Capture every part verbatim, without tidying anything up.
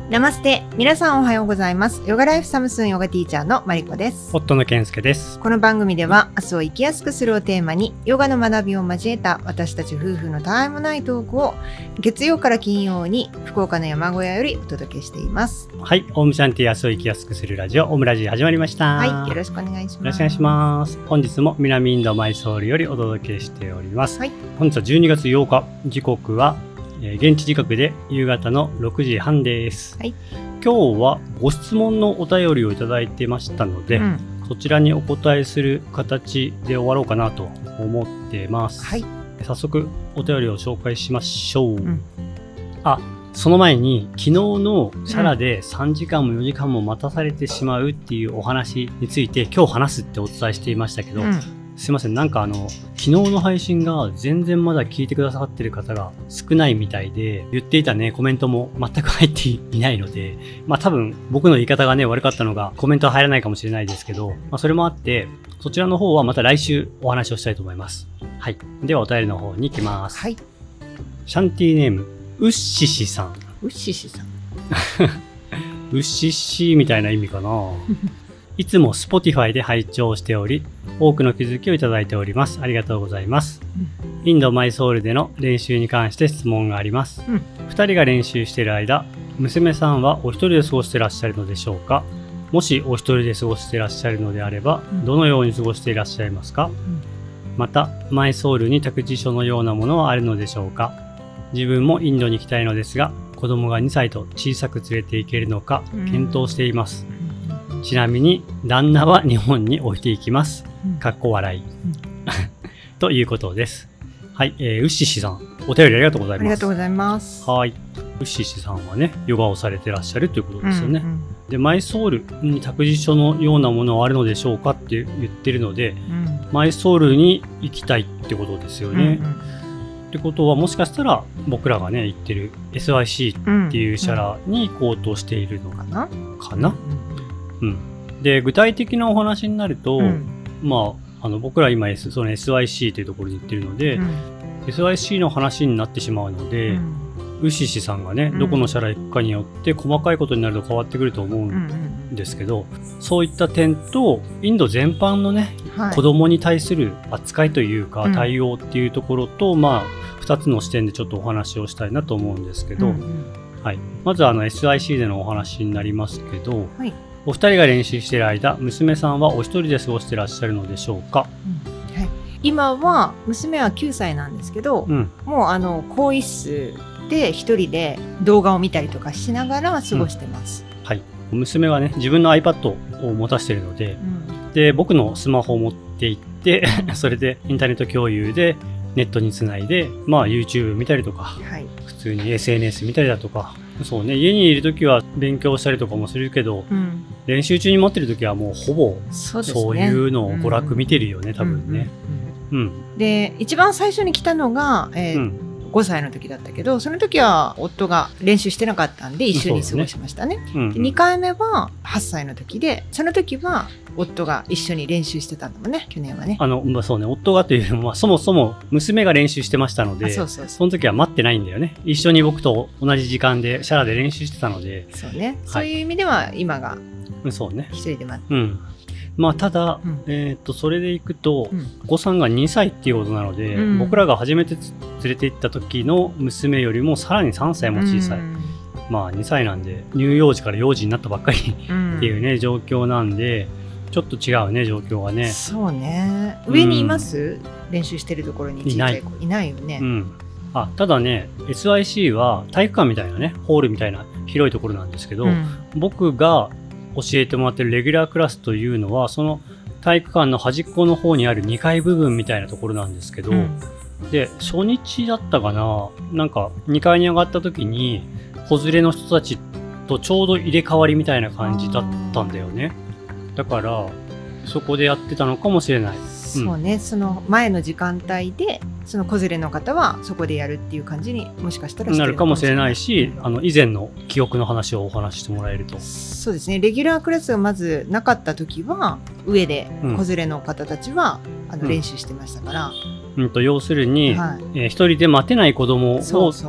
ナマステ。皆さんおはようございます。ヨガライフサムスンヨガティーチャーのマリコです。 夫の健介です。 この番組では明日を生きやすくするをテーマにヨガの学びを交えた私たち夫婦のたわいもないトークを月曜から金曜に福岡の山小屋よりお届けしています。 はい、オウムシャンティ、明日を生きやすくするラジオ、オウムラジ始まりました。 はい、よろしくお願いします。 よろしくお願いします。本日も南インドマイソールよりお届けしております。 はい、 本日はじゅうにがつようか、時刻はえー、現地時刻で夕方のろくじはんです。 はい、 今日はご質問のお便りをいただいてましたので、うん、そちらにお答えする形で終わろうかなと思ってます。 はい、 早速お便りを紹介しましょう。うん、あ、その前に昨日のシャラでさんじかんもよじかんも待たされてしまうっていうお話について今日話すってお伝えしていましたけど、うん、すいません、なんかあの昨日の配信が全然まだ聞いてくださってる方が少ないみたいで、言っていたねコメントも全く入っていないので、まあ多分僕の言い方がね悪かったのがコメントは入らないかもしれないですけど、まあそれもあってそちらの方はまた来週お話をしたいと思います。はい、ではお便りの方に行きます。 はい、 シャンティーネームウッシシさん。 ウッシシさんウッシシみたいな意味かないつも Spotify で拝聴しており、多くの気づきをいただいております。ありがとうございます。うん、インドマイソールでの練習に関して質問があります。うん、ふたりが練習している間、娘さんはお一人で過ごしていらっしゃるのでしょうか？もしお一人で過ごしていらっしゃるのであれば、うん、どのように過ごしていらっしゃいますか？うん、また、マイソールに託児所のようなものはあるのでしょうか？自分もインドに行きたいのですが、子供がにさいと小さく連れて行けるのか検討しています。うんちなみに旦那は日本に置いていきます。かっこ笑い、うん、ということです。はい、えー、ウッシシさん、お便りありがとうございます。 ありがとうございます。 はい、ウッシシさんはね、ヨガをされてらっしゃるということですよね。うんうん、で、マイソールに託児所のようなものはあるのでしょうかって言ってるので、うん、マイソールに行きたいってことですよね。うんうん、ってことはもしかしたら僕らがね行ってる エスワイシー っていうシャラに行こうとしているのかな、うんうん、かな。うん、で具体的なお話になると、うん、まあ、あの僕ら今、S、その エスワイシー というところに行ってるので、うん、エスワイシー の話になってしまうので、うん、ウッシシさんがね、うん、どこのシャラ行くかによって細かいことになると変わってくると思うんですけど、うんうんうん、そういった点とインド全般のね、はい、子供に対する扱いというか、うん、対応っていうところと、まあ、ふたつの視点でちょっとお話をしたいなと思うんですけど、うんうん、はい、まずあの エスワイシー でのお話になりますけど、はい、お二人が練習している間、娘さんはお一人で過ごしていらっしゃるのでしょうか？ うん、はい、今は娘はきゅうさいなんですけど、うん、もうあの更衣室で一人で動画を見たりとかしながら過ごしてます。 うん、はい、娘はね自分の iPad を持たせているので、うん、で僕のスマホを持って行ってそれでインターネット共有でネットにつないで、まあ、YouTube 見たりとか、はい、普通に エスエヌエス 見たりだとか。そうね、家にいるときは勉強したりとかもするけど、うん、練習中に待ってるときはもうほぼそういうのを娯楽見てるよね、うん、多分ね。 うんうんうん、で一番最初に来たのが、えーうん、ごさいの時だったけど、その時は夫が練習してなかったんで一緒に過ごしましたね。ね、うんうん、でにかいめははっさいの時で、その時は夫が一緒に練習してたんだもんね、去年はね。 あの、まあ、そうね、夫がというのはそもそも娘が練習してましたので、そうそうそう、その時は待ってないんだよね。一緒に僕と同じ時間でシャラで練習してたので。 そうね、はい、そういう意味では今がそうね、 一人で待って、 うん、まあ、ただ、うん、えー、とそれでいくと、うん、お子さんがにさいっていうことなので、うん、僕らが初めて連れて行った時の娘よりもさらにさんさいも小さい、うん、まあにさいなんで乳幼児から幼児になったばっかりっていうね、うん、状況なんでちょっと違うね、状況がね。 そうね、上にいます、うん、練習してるところに小さい子いないよね。うん、 あ、ただね エスワイシー は体育館みたいなね、ホールみたいな広いところなんですけど、うん、僕が教えてもらってるレギュラークラスというのはその体育館の端っこの方にあるにかい部分みたいなところなんですけど、うん、で初日だったかな、なんかにかいに上がった時に子連れの人たちとちょうど入れ替わりみたいな感じだったんだよね。だからそこでやってたのかもしれない。 そうね、うん、その前の時間帯でその子連れの方はそこでやるっていう感じにもしかしたらしてるなるかもしれないし、あの以前の記憶の話をお話ししてもらえると。 そうですね、レギュラークラスがまずなかった時は上で子連れの方たちは、うん、あの練習してましたから、 うんうん、と要するに、はい、えー、一人で待てない子供をそうそう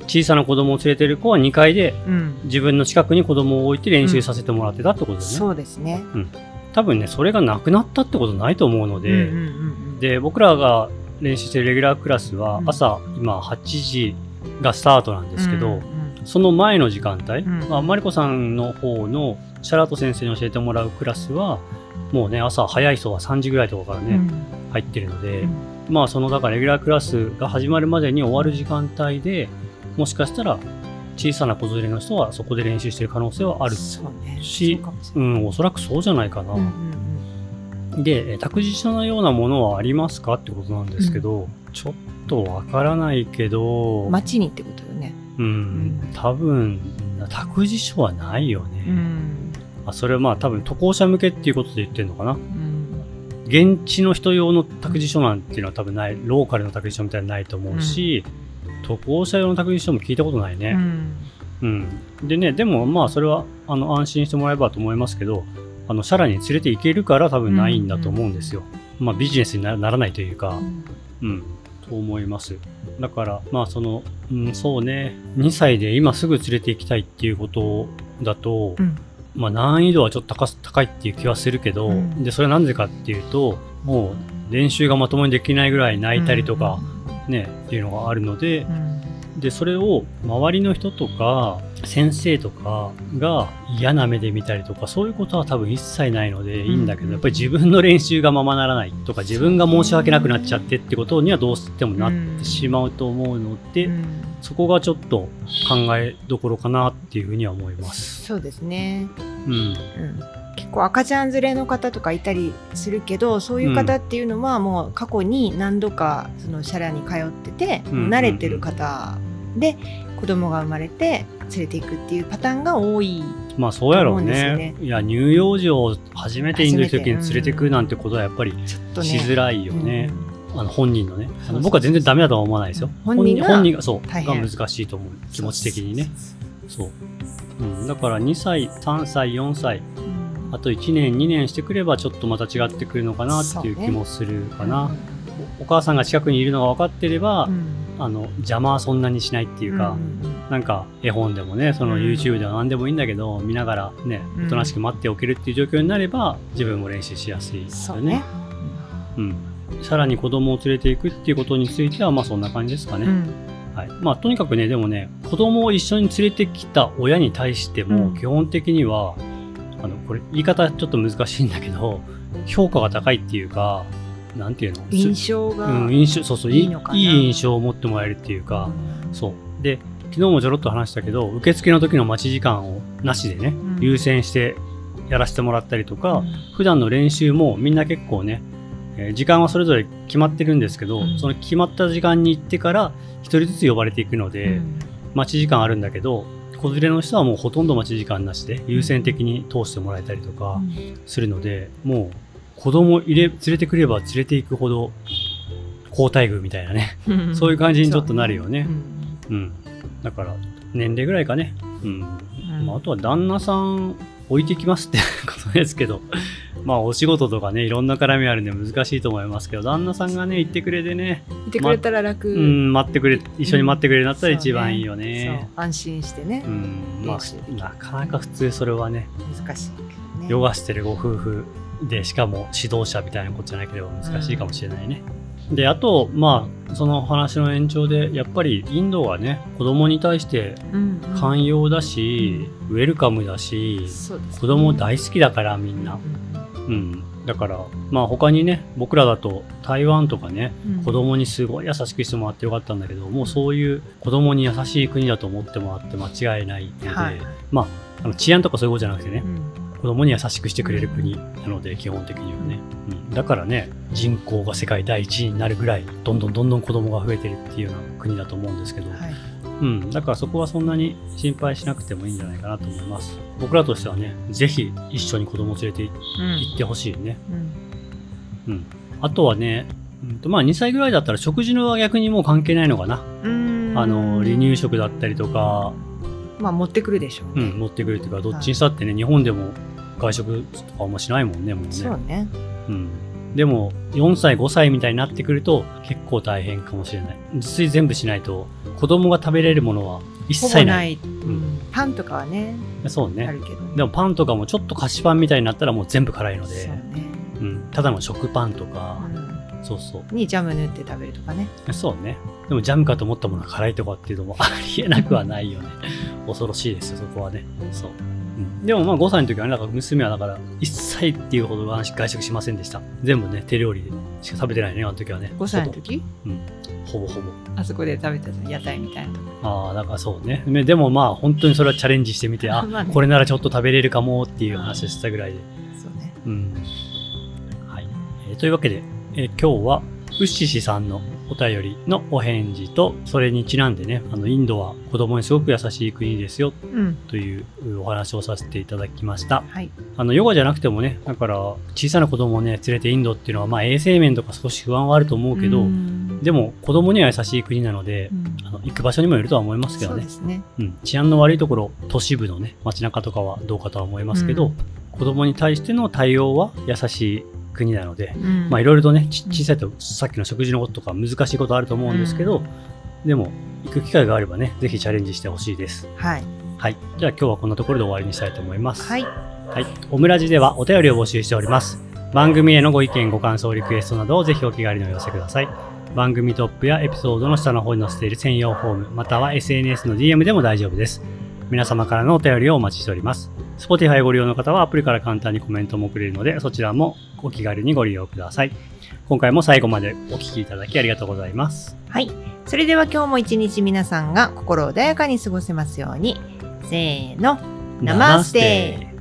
小さな子供を連れてる子はにかいで、うん、自分の近くに子供を置いて練習させてもらってたってことですね。 そうですね。 うん、多分ねそれがなくなったってことないと思うので、うんうんうんうん、で僕らが練習してるレギュラークラスは朝、うん、今はちじがスタートなんですけど、うんうん、その前の時間帯、うんまあ、マリコさんの方のシャラート先生に教えてもらうクラスはもうね朝早い人はさんじぐらいとかからね、うん、入ってるので、うん、まあそのだからレギュラークラスが始まるまでに終わる時間帯でもしかしたら小さな子連れの人はそこで練習してる可能性はあるし、う、ね、うん、おそらくそうじゃないかな、うんうんうん、で託児所のようなものはありますかってことなんですけど、うん、ちょっとわからないけど町にってことよね。 うん、うん、多分託児所はないよね、うん、あそれはまあ多分渡航者向けっていうことで言ってるのかな、うん、現地の人用の託児所なんていうのは多分ない、ローカルの託児所みたいなのないと思うし、うん、渡航者用の託児所も聞いたことないね、うんうん、でねでもまあそれはあの安心してもらえばと思いますけど、あのシャラに連れて行けるから多分ないんだと思うんですよ、うん、まあビジネスにならないというか、うん、うんと思います。だからまあその、うん、そうねにさいで今すぐ連れて行きたいっていうことだと、うん、まあ難易度はちょっと 高, 高いっていう気はするけど、うん、でそれはなぜかっていうともう練習がまともにできないぐらい泣いたりとか、うん、ねっていうのがあるので、うん、でそれを周りの人とか先生とかが嫌な目で見たりとかそういうことは多分一切ないのでいいんだけど、うん、やっぱり自分の練習がままならないとか自分が申し訳なくなっちゃってってことにはどうしてもなってしまうと思うので、うん、そこがちょっと考えどころかなっていうふうには思います。 そうですね、うんうん、結構赤ちゃん連れの方とかいたりするけどそういう方っていうのはもう過去に何度かそのシャラに通ってて、うん、慣れてる方で子供が生まれて連れていくっていうパターンが多いと思うんですよね。まあそうやろうね。 いや乳幼児を初めてインドの時に連れていくなんてことはやっぱりしづらいよね。うん、あの本人のねあの僕は全然ダメだとは思わないですよ。本人が本人がそうが難しいと思う気持ち的にね。そう、うん、だからにさいさんさいよんさい、うん、あといちねんにねんしてくればちょっとまた違ってくるのかなっていう気もするかな。ね、お, お母さんが近くにいるのが分かってれば、うん、あの邪魔はそんなにしないっていうか、うん、なんか絵本でもねその YouTube では何でもいいんだけど、うん、見ながらねおとなしく待っておけるっていう状況になれば自分も練習しやすいですよね。うん、さらに子供を連れていくっていうことについてはまあそんな感じですかね。うん、はい、まあとにかくねでもね子供を一緒に連れてきた親に対しても基本的には、うん、あのこれ言い方ちょっと難しいんだけど評価が高いっていうかなんていうの印象が、 うん、印象そうそういい、いい印象を持ってもらえるっていうか、うん、そうで昨日もちょろっと話したけど受付の時の待ち時間をなしでね、うん、優先してやらせてもらったりとか、うん、普段の練習もみんな結構ね、えー、時間はそれぞれ決まってるんですけど、うん、その決まった時間に行ってから一人ずつ呼ばれていくので、うん、待ち時間あるんだけど子連れの人はもうほとんど待ち時間なしで優先的に通してもらえたりとかするので、うん、もう子供入れ連れてくれば連れていくほど好待遇みたいなねそういう感じにちょっとなるよね。う、うん、だから年齢ぐらいかね、うんうんまあ、あとは旦那さん置いてきますってことですけどまあお仕事とかねいろんな絡みあるんで難しいと思いますけど旦那さんがね行ってくれてね行ってくれたら楽、 ま、うん待ってくれ一緒に待ってくれるんだったら一番いいよね。 うん、そうねそう安心してね、うんまあ、なかなか普通それはね難しいけどねヨガしてるご夫婦でしかも指導者みたいなことじゃなければ難しいかもしれないね。うん、であとまあその話の延長でやっぱりインドはね子供に対して寛容だし、うんうん、ウェルカムだし、ね、子供大好きだからみんな、うん、うん、だからまあ他にね僕らだと台湾とかね、うん、子供にすごい優しくしてもらってよかったんだけどもうそういう子供に優しい国だと思ってもらって間違いないので、はい、まああの治安とかそういうことじゃなくてね、うん子供に優しくしてくれる国なので基本的にはね、うん、だからね人口が世界第一位になるぐらいどんどんどんどん子供が増えてるっていうような国だと思うんですけど、はいうん、だからそこはそんなに心配しなくてもいいんじゃないかなと思います。僕らとしてはねぜひ一緒に子供を連れて行ってほしいね、うんうん、あとはね、うんとまあ、にさいぐらいだったら食事のは逆にもう関係ないのかな。うーんあの離乳食だったりとかまあ持ってくるでしょうね、 うん、持ってくるっていうかどっちにしたってね、はい、日本でも外食とかあんましないもんねもうね。 そうね、 うん、 でもよんさいごさいみたいになってくると結構大変かもしれない。自炊全部しないと子供が食べれるものは一切ない。 ほぼない、うん、パンとかはね、 そうね、 あるけどね。 でもパンとかもちょっと菓子パンみたいになったらもう全部辛いので、 そうね、 うん、ただの食パンとか、うん、そうそうにジャム塗って食べるとかね。 そうね。でもジャムかと思ったものが辛いとかっていうのもありえなくはないよね。恐ろしいですよ、そこはね。そう。うん、でもまあごさいの時はね、なんか娘はだからいっさいっていうほど外食しませんでした。全部ね、手料理でしか食べてないね、あの時はね。 ごさいの時？ うん。ほぼほぼ。 あそこで食べた屋台みたいなとこ。 ああ、だからそうね。でもまあ本当にそれはチャレンジしてみて、あ、まあね、これならちょっと食べれるかもっていう話をしたぐらいで。 そうね。 うん。はい。えー、というわけで、えー、今日はウッシシさんのお便りのお返事と、それにちなんでね、あのインドは子供にすごく優しい国ですよ、うん、というお話をさせていただきました。はい、あのヨガじゃなくてもね、だから小さな子供をね連れてインドっていうのは、まあ衛生面とか少し不安はあると思うけど、でも子供には優しい国なので、うん、あの行く場所にもよるとは思いますけどね。そうですね。うん、治安の悪いところ、都市部のね街中とかはどうかとは思いますけど、うん、子供に対しての対応は優しい国なので、うん、まあいろいろとね、ち小さいとさっきの食事のこととか難しいことあると思うんですけど、うん、でも行く機会があればね、ぜひチャレンジしてほしいです。はい。はい。じゃあ今日はこんなところで終わりにしたいと思います。はい。はい。オムラジではお便りを募集しております。番組へのご意見、ご感想、リクエストなどをぜひお気軽にお寄せください。番組トップやエピソードの下の方に載せている専用フォーム、または エスエヌエス の ディーエム でも大丈夫です。皆様からのお便りをお待ちしております。Spotify ご利用の方はアプリから簡単にコメントも送れるので、そちらもお気軽にご利用ください。今回も最後までお聞きいただきありがとうございます。 はい。それでは今日も一日皆さんが心穏やかに過ごせますように。せーの。ナマステ。